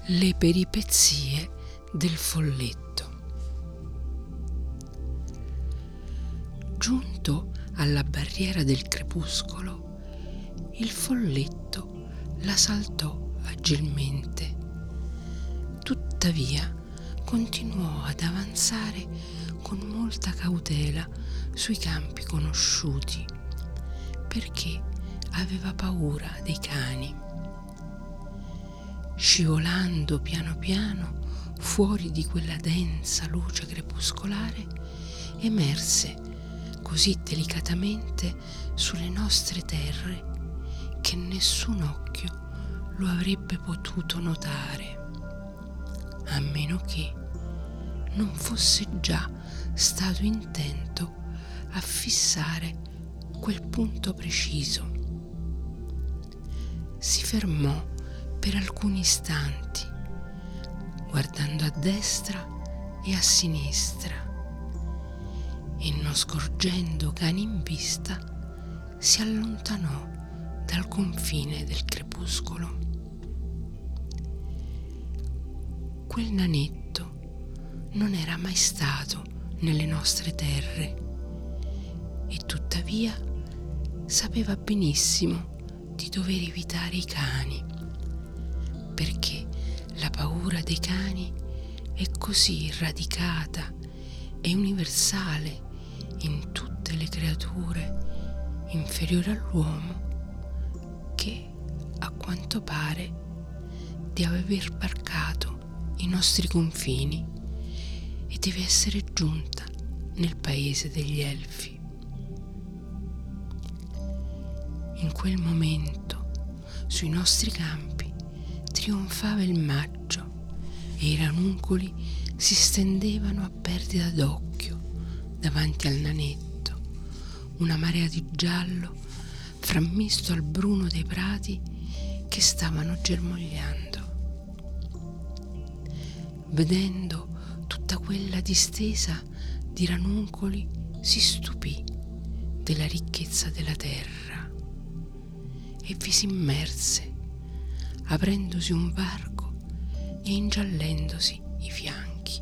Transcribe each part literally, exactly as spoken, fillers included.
Le peripezie del folletto. Giunto alla barriera del crepuscolo, il folletto la saltò agilmente. Tuttavia continuò ad avanzare con molta cautela sui campi conosciuti, perché aveva paura dei cani. Scivolando piano piano fuori di quella densa luce crepuscolare, emerse così delicatamente sulle nostre terre che nessun occhio lo avrebbe potuto notare, a meno che non fosse già stato intento a fissare quel punto preciso. Si fermò per alcuni istanti, guardando a destra e a sinistra, e non scorgendo cani in vista, si allontanò dal confine del crepuscolo. Quel nanetto non era mai stato nelle nostre terre e tuttavia sapeva benissimo di dover evitare i cani, perché la paura dei cani è così radicata e universale in tutte le creature inferiori all'uomo che, a quanto pare, deve aver varcato i nostri confini e deve essere giunta nel paese degli elfi. In quel momento, sui nostri campi, trionfava il maggio e i ranuncoli si stendevano a perdita d'occhio davanti al nanetto, una marea di giallo frammisto al bruno dei prati che stavano germogliando. Vedendo tutta quella distesa di ranuncoli, si stupì della ricchezza della terra e vi si immerse, aprendosi un varco e ingiallendosi i fianchi.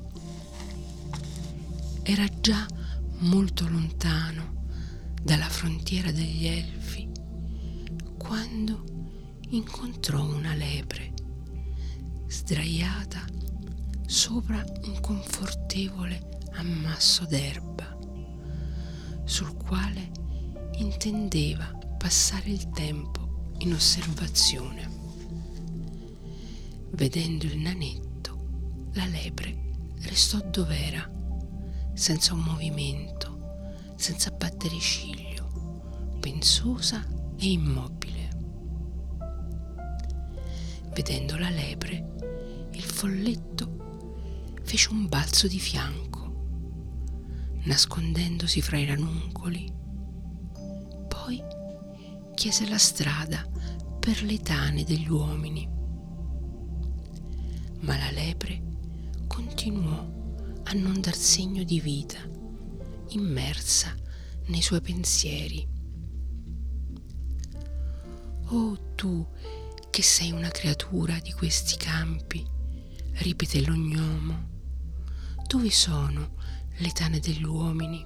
Era già molto lontano dalla frontiera degli elfi quando incontrò una lepre sdraiata sopra un confortevole ammasso d'erba sul quale intendeva passare il tempo in osservazione. Vedendo il nanetto, la lepre restò dov'era, senza un movimento, senza battere ciglio, pensosa e immobile. Vedendo la lepre, il folletto fece un balzo di fianco, nascondendosi fra i ranuncoli. Poi chiese la strada per le tane degli uomini. Ma la lepre continuò a non dar segno di vita, immersa nei suoi pensieri. «Oh, tu che sei una creatura di questi campi», ripeté l'ognomo, «dove sono le tane degli uomini?»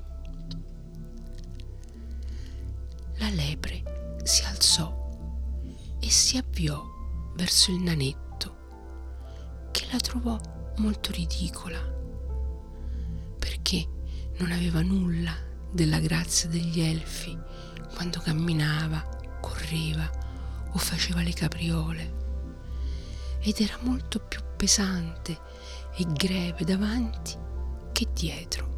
La lepre si alzò e si avviò verso il nanetto, che la trovò molto ridicola, perché non aveva nulla della grazia degli elfi quando camminava, correva o faceva le capriole, ed era molto più pesante e greve davanti che dietro.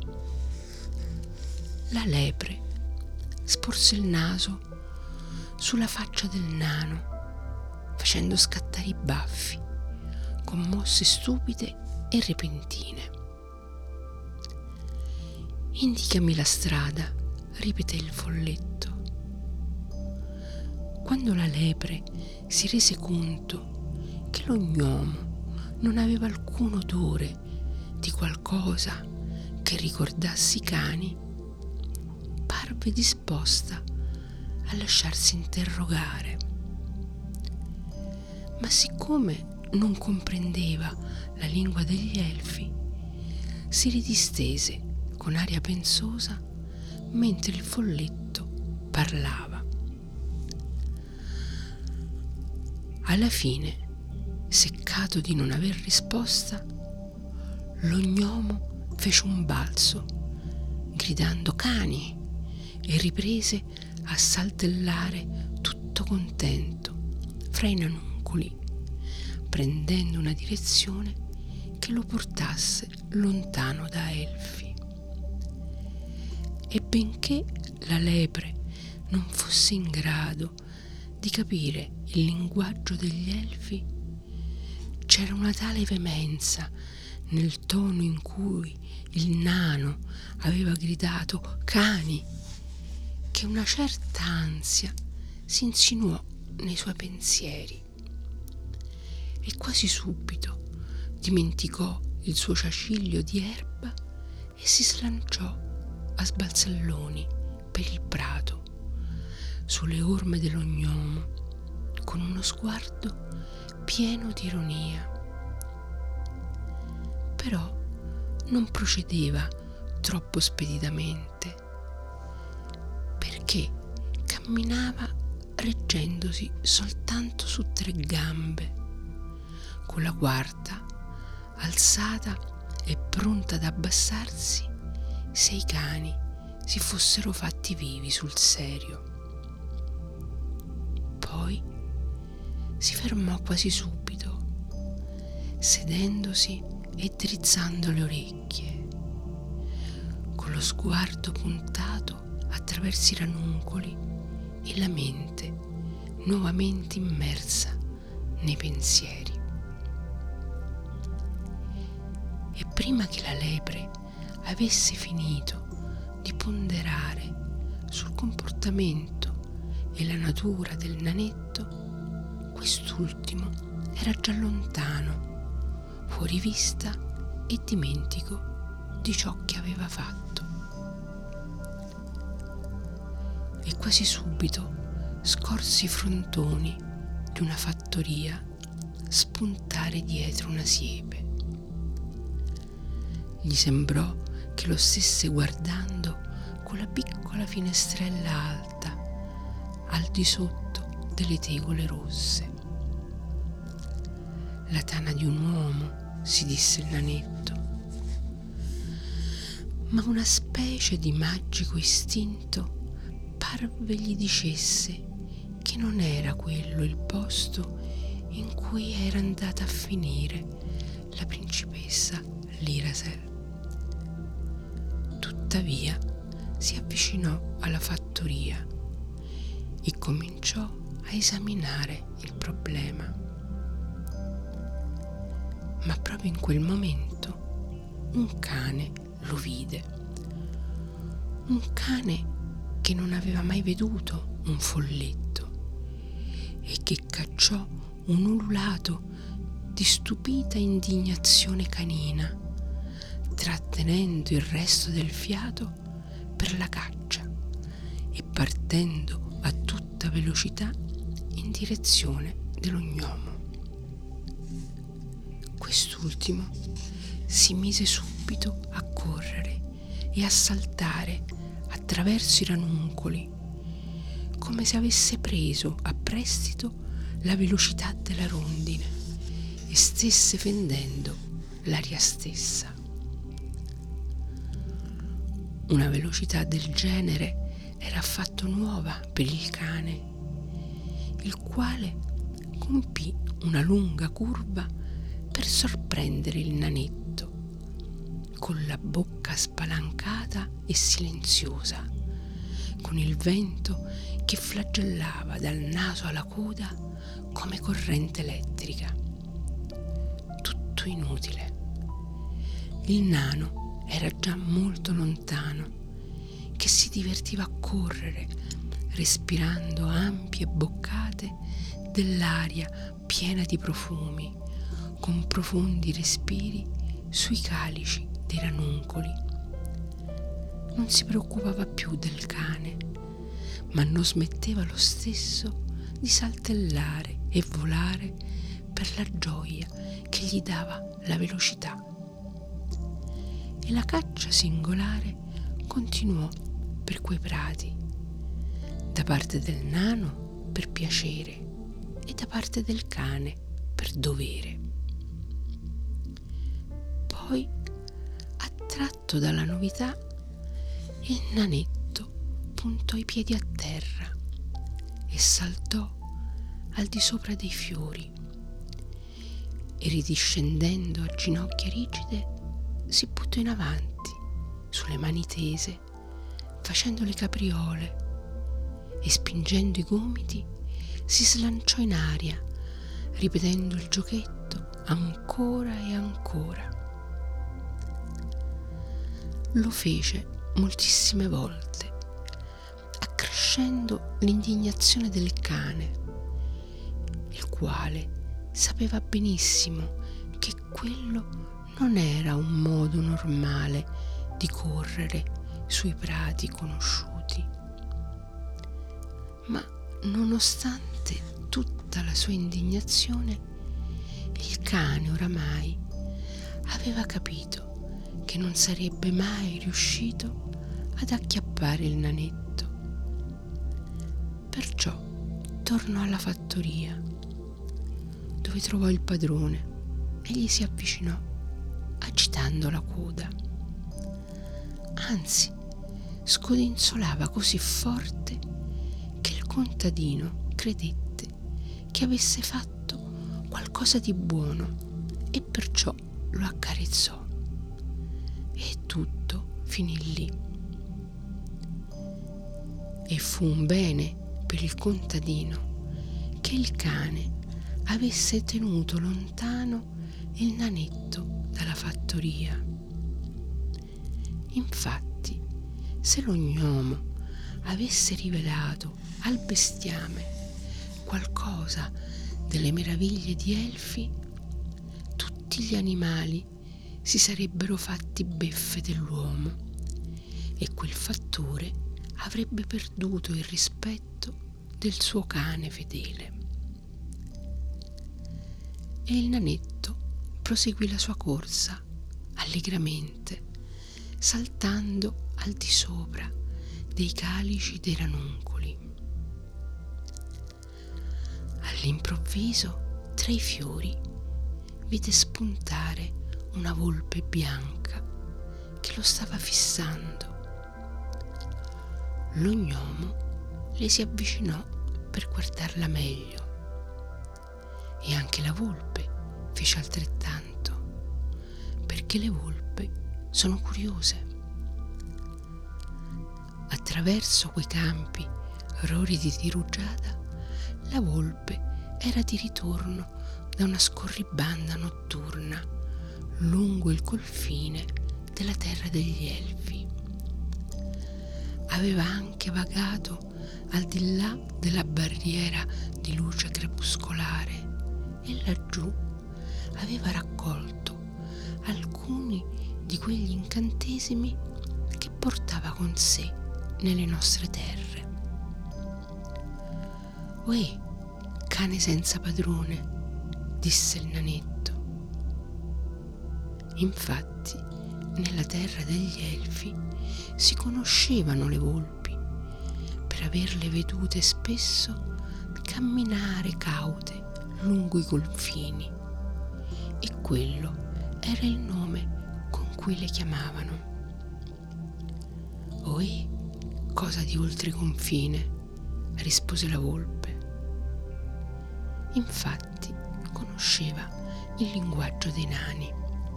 La lepre sporse il naso sulla faccia del nano, facendo scattare i baffi con mosse stupide e repentine. «Indicami la strada», ripeté il folletto. Quando la lepre si rese conto che l'ognomo non aveva alcun odore di qualcosa che ricordassi i cani, parve disposta a lasciarsi interrogare. Ma siccome non comprendeva la lingua degli elfi, si ridistese con aria pensosa mentre il folletto parlava. Alla fine, seccato di non aver risposta, lo gnomo fece un balzo, gridando "cani", e riprese a saltellare tutto contento fra i nanuncoli, prendendo una direzione che lo portasse lontano da Elfi. E benché la lepre non fosse in grado di capire il linguaggio degli elfi, c'era una tale veemenza nel tono in cui il nano aveva gridato "cani" che una certa ansia si insinuò nei suoi pensieri e quasi subito dimenticò il suo giaciglio di erba e si slanciò a sbalzelloni per il prato sulle orme dello gnomo con uno sguardo pieno di ironia. Però non procedeva troppo speditamente, perché camminava reggendosi soltanto su tre gambe, con la quarta alzata e pronta ad abbassarsi se i cani si fossero fatti vivi sul serio. Poi si fermò quasi subito, sedendosi e drizzando le orecchie, con lo sguardo puntato attraverso i ranuncoli e la mente nuovamente immersa nei pensieri. E prima che la lepre avesse finito di ponderare sul comportamento e la natura del nanetto, quest'ultimo era già lontano, fuori vista e dimentico di ciò che aveva fatto. E quasi subito scorse i frontoni di una fattoria spuntare dietro una siepe. Gli sembrò che lo stesse guardando con la piccola finestrella alta al di sotto delle tegole rosse. La tana di un uomo, si disse il nanetto, ma una specie di magico istinto parve gli dicesse che non era quello il posto in cui era andata a finire la principessa Lirasel. Tuttavia si avvicinò alla fattoria e cominciò a esaminare il problema. Ma proprio in quel momento un cane lo vide. Un cane che non aveva mai veduto un folletto e che cacciò un ululato di stupita indignazione canina, trattenendo il resto del fiato per la caccia e partendo a tutta velocità in direzione dello gnomo. Quest'ultimo si mise subito a correre e a saltare attraverso i ranuncoli, come se avesse preso a prestito la velocità della rondine e stesse fendendo l'aria stessa. Una velocità del genere era affatto nuova per il cane, il quale compì una lunga curva per sorprendere il nanetto, con la bocca spalancata e silenziosa, con il vento che flagellava dal naso alla coda come corrente elettrica. Tutto inutile. Il nano era già molto lontano, che si divertiva a correre, respirando ampie boccate dell'aria piena di profumi, con profondi respiri sui calici dei ranuncoli. Non si preoccupava più del cane, ma non smetteva lo stesso di saltellare e volare per la gioia che gli dava la velocità. E la caccia singolare continuò per quei prati, da parte del nano per piacere e da parte del cane per dovere. Poi, attratto dalla novità, il nanetto puntò i piedi a terra e saltò al di sopra dei fiori e, ridiscendendo a ginocchia rigide, si buttò in avanti sulle mani tese, facendo le capriole, e spingendo i gomiti si slanciò in aria, ripetendo il giochetto ancora e ancora. Lo fece moltissime volte, accrescendo l'indignazione del cane, il quale sapeva benissimo che quello non era un modo normale di correre sui prati conosciuti. Ma nonostante tutta la sua indignazione, il cane oramai aveva capito che non sarebbe mai riuscito ad acchiappare il nanetto. Perciò tornò alla fattoria, dove trovò il padrone e gli si avvicinò, agitando la coda. Anzi, scodinzolava così forte che il contadino credette che avesse fatto qualcosa di buono e perciò lo accarezzò. E tutto finì lì. E fu un bene per il contadino che il cane avesse tenuto lontano il nanetto dalla fattoria. Infatti, se lo gnomo avesse rivelato al bestiame qualcosa delle meraviglie di Elfi, tutti gli animali si sarebbero fatti beffe dell'uomo e quel fattore avrebbe perduto il rispetto del suo cane fedele. E il nanetto proseguì la sua corsa allegramente, saltando al di sopra dei calici dei ranuncoli. All'improvviso, tra i fiori, vide spuntare una volpe bianca che lo stava fissando. Lo gnomo le si avvicinò per guardarla meglio e anche la volpe fece altrettanto, perché le volpi sono curiose. Attraverso quei campi roridi di rugiada, la volpe era di ritorno da una scorribanda notturna lungo il confine della terra degli Elfi. Aveva anche vagato al di là della barriera di luce crepuscolare e laggiù aveva raccolto alcuni di quegli incantesimi che portava con sé nelle nostre terre. «Uè, cane senza padrone», disse il nanetto. Infatti, nella terra degli Elfi si conoscevano le volpi per averle vedute spesso camminare caute lungo i confini, e quello era il nome con cui le chiamavano. «Ohè, cosa di oltreconfine», rispose la volpe. Infatti conosceva il linguaggio dei nani.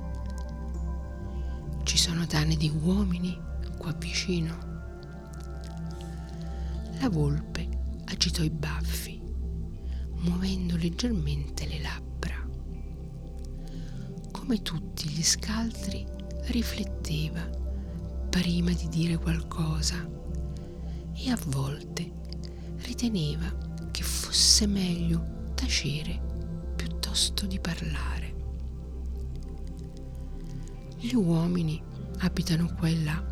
«Ci sono tane di uomini qua vicino?» La volpe agitò i baffi, muovendo leggermente le labbra. Come tutti gli scaltri, rifletteva prima di dire qualcosa e a volte riteneva che fosse meglio tacere piuttosto di parlare. «Gli uomini abitano qua e là.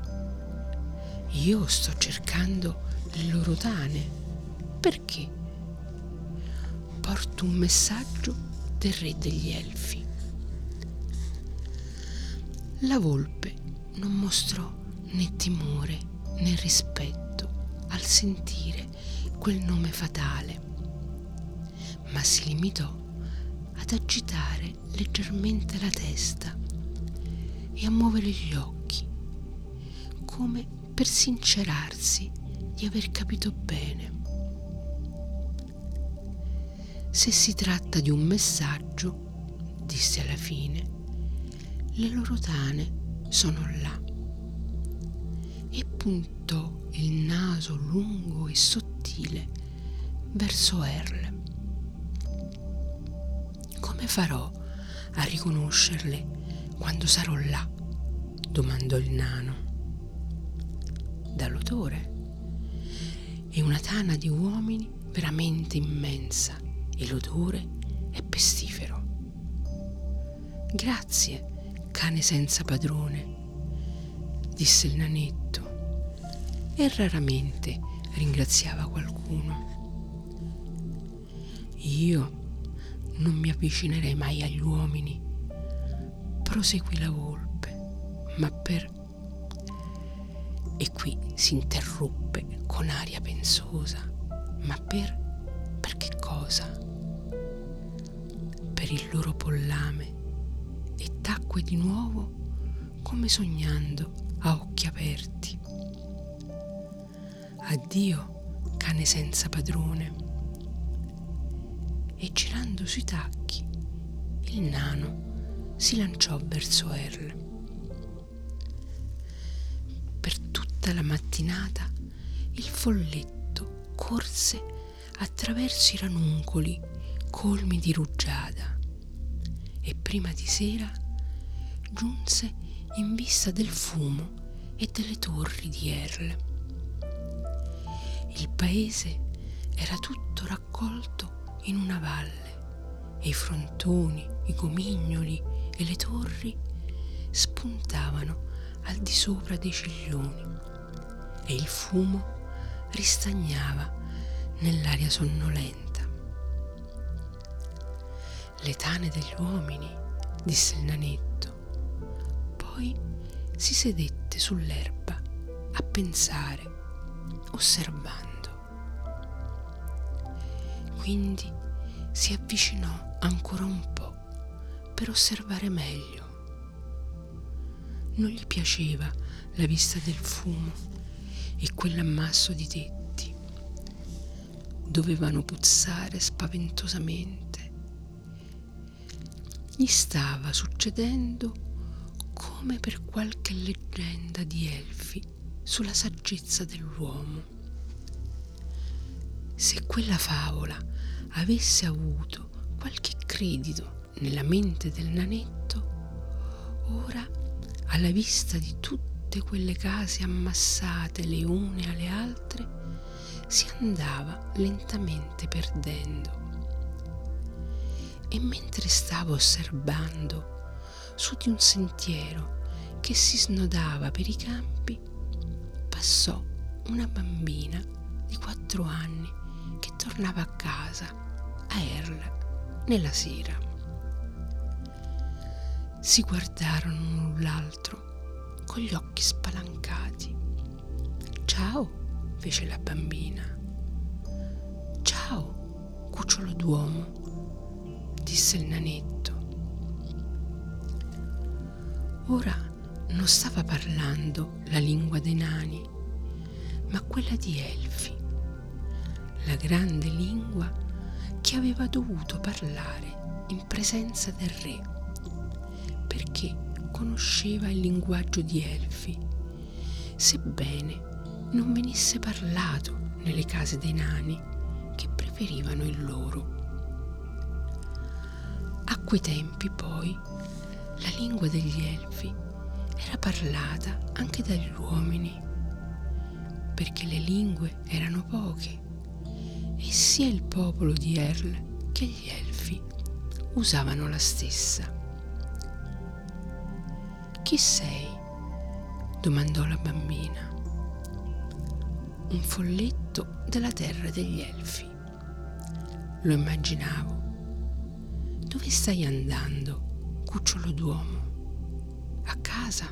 Io sto cercando le loro tane. Perché? Porto un messaggio del re degli elfi. La volpe non mostrò né timore né rispetto al sentire quel nome fatale, ma si limitò ad agitare leggermente la testa e a muovere gli occhi, come per sincerarsi di aver capito bene. Se si tratta di un messaggio, disse alla fine, le loro tane sono là, e puntò il naso lungo e sottile verso Earl. Come farò a riconoscerle quando sarò là? Domandò il nano. Dall'odore. È una tana di uomini veramente immensa e l'odore è pestifero. Grazie, cane senza padrone, disse il nanetto, e raramente ringraziava qualcuno. Io non mi avvicinerei mai agli uomini, proseguì la volpe, ma per... E qui si interruppe con aria pensosa. Ma per... per che cosa? Per il loro pollame, e tacque di nuovo come sognando a occhi aperti. Addio, cane senza padrone. E girando sui tacchi, il nano si lanciò verso Earl. Per tutta la mattinata il folletto corse attraverso i ranuncoli colmi di rugiada e prima di sera giunse in vista del fumo e delle torri di Earl. Il paese era tutto raccolto in una valle e i frontoni, i comignoli e le torri spuntavano al di sopra dei ciglioni e il fumo ristagnava nell'aria sonnolenta. Le tane degli uomini, disse il nanetto. Poi si sedette sull'erba a pensare, osservando. Quindi si avvicinò ancora un po' per osservare meglio. Non gli piaceva la vista del fumo e quell'ammasso di tetti. Dovevano puzzare spaventosamente. Gli stava succedendo come per qualche leggenda di elfi sulla saggezza dell'uomo. Se quella favola avesse avuto qualche credito nella mente del nanetto, ora, alla vista di tutte quelle case ammassate le une alle altre, si andava lentamente perdendo. E mentre stava osservando su di un sentiero che si snodava per i campi, passò una bambina di quattro anni che tornava a casa a Earl nella sera. Si guardarono l'un l'altro con gli occhi spalancati. «Ciao», fece la bambina. «Ciao, cucciolo d'uomo», disse il nanetto. Ora non stava parlando la lingua dei nani, ma quella di elfi, la grande lingua che aveva dovuto parlare in presenza del re, perché conosceva il linguaggio di elfi, sebbene non venisse parlato nelle case dei nani che preferivano il loro. A quei tempi, poi, la lingua degli elfi era parlata anche dagli uomini, perché le lingue erano poche e sia il popolo di Earl che gli elfi usavano la stessa. «Chi sei?» domandò la bambina. «Un folletto della terra degli elfi. Lo immaginavo. Dove stai andando, cucciolo d'uomo? A casa?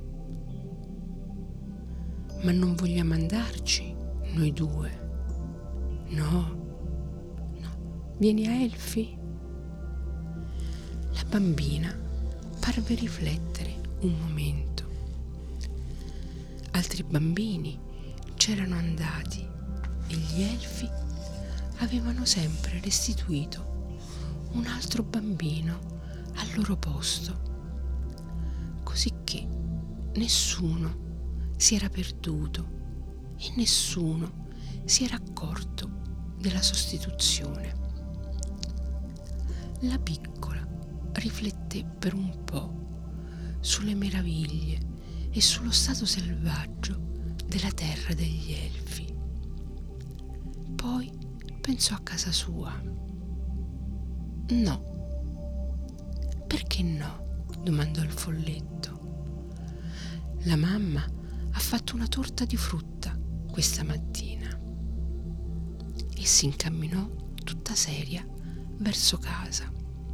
Ma non vogliamo andarci, noi due? No, no, vieni a Elfi? La bambina parve riflettere un momento. Altri bambini c'erano andati e gli elfi avevano sempre restituito un altro bambino al loro posto, cosicché nessuno si era perduto e nessuno si era accorto della sostituzione. La piccola rifletté per un po' sulle meraviglie e sullo stato selvaggio della terra degli elfi. Poi pensò a casa sua. No. Perché no? Domandò il folletto. La mamma ha fatto una torta di frutta questa mattina. E si incamminò tutta seria verso casa.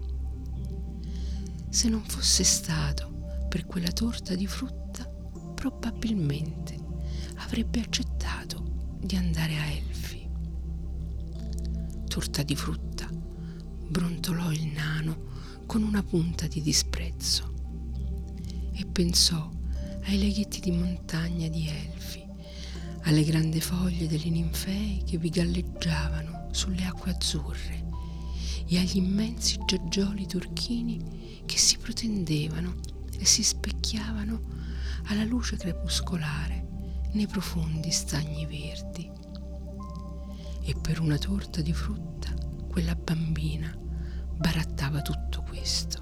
Se non fosse stato per quella torta di frutta, probabilmente avrebbe accettato di andare a Elfi. Torta di frutta, brontolò il nano con una punta di disprezzo e pensò ai laghetti di montagna di Elfi, alle grandi foglie delle ninfee che vi galleggiavano sulle acque azzurre e agli immensi giaggioli turchini che si protendevano e si specchiavano alla luce crepuscolare nei profondi stagni verdi. E per una torta di frutta quella bambina barattava tutto questo.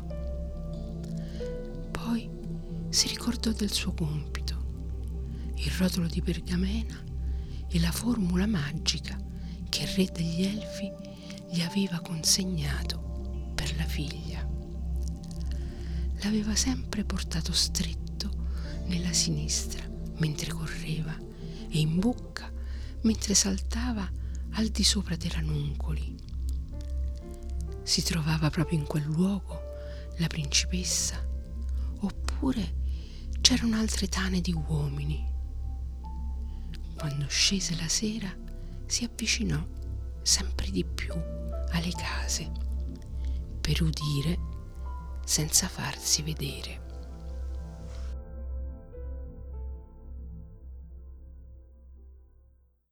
Poi si ricordò del suo compito, il rotolo di pergamena e la formula magica che il re degli elfi gli aveva consegnato per la figlia. L'aveva sempre portato stretto nella sinistra mentre correva e in bocca mentre saltava al di sopra dei ranuncoli. Si trovava proprio in quel luogo la principessa, oppure c'erano altre tane di uomini. Quando scese la sera si avvicinò sempre di più alle case per udire senza farsi vedere.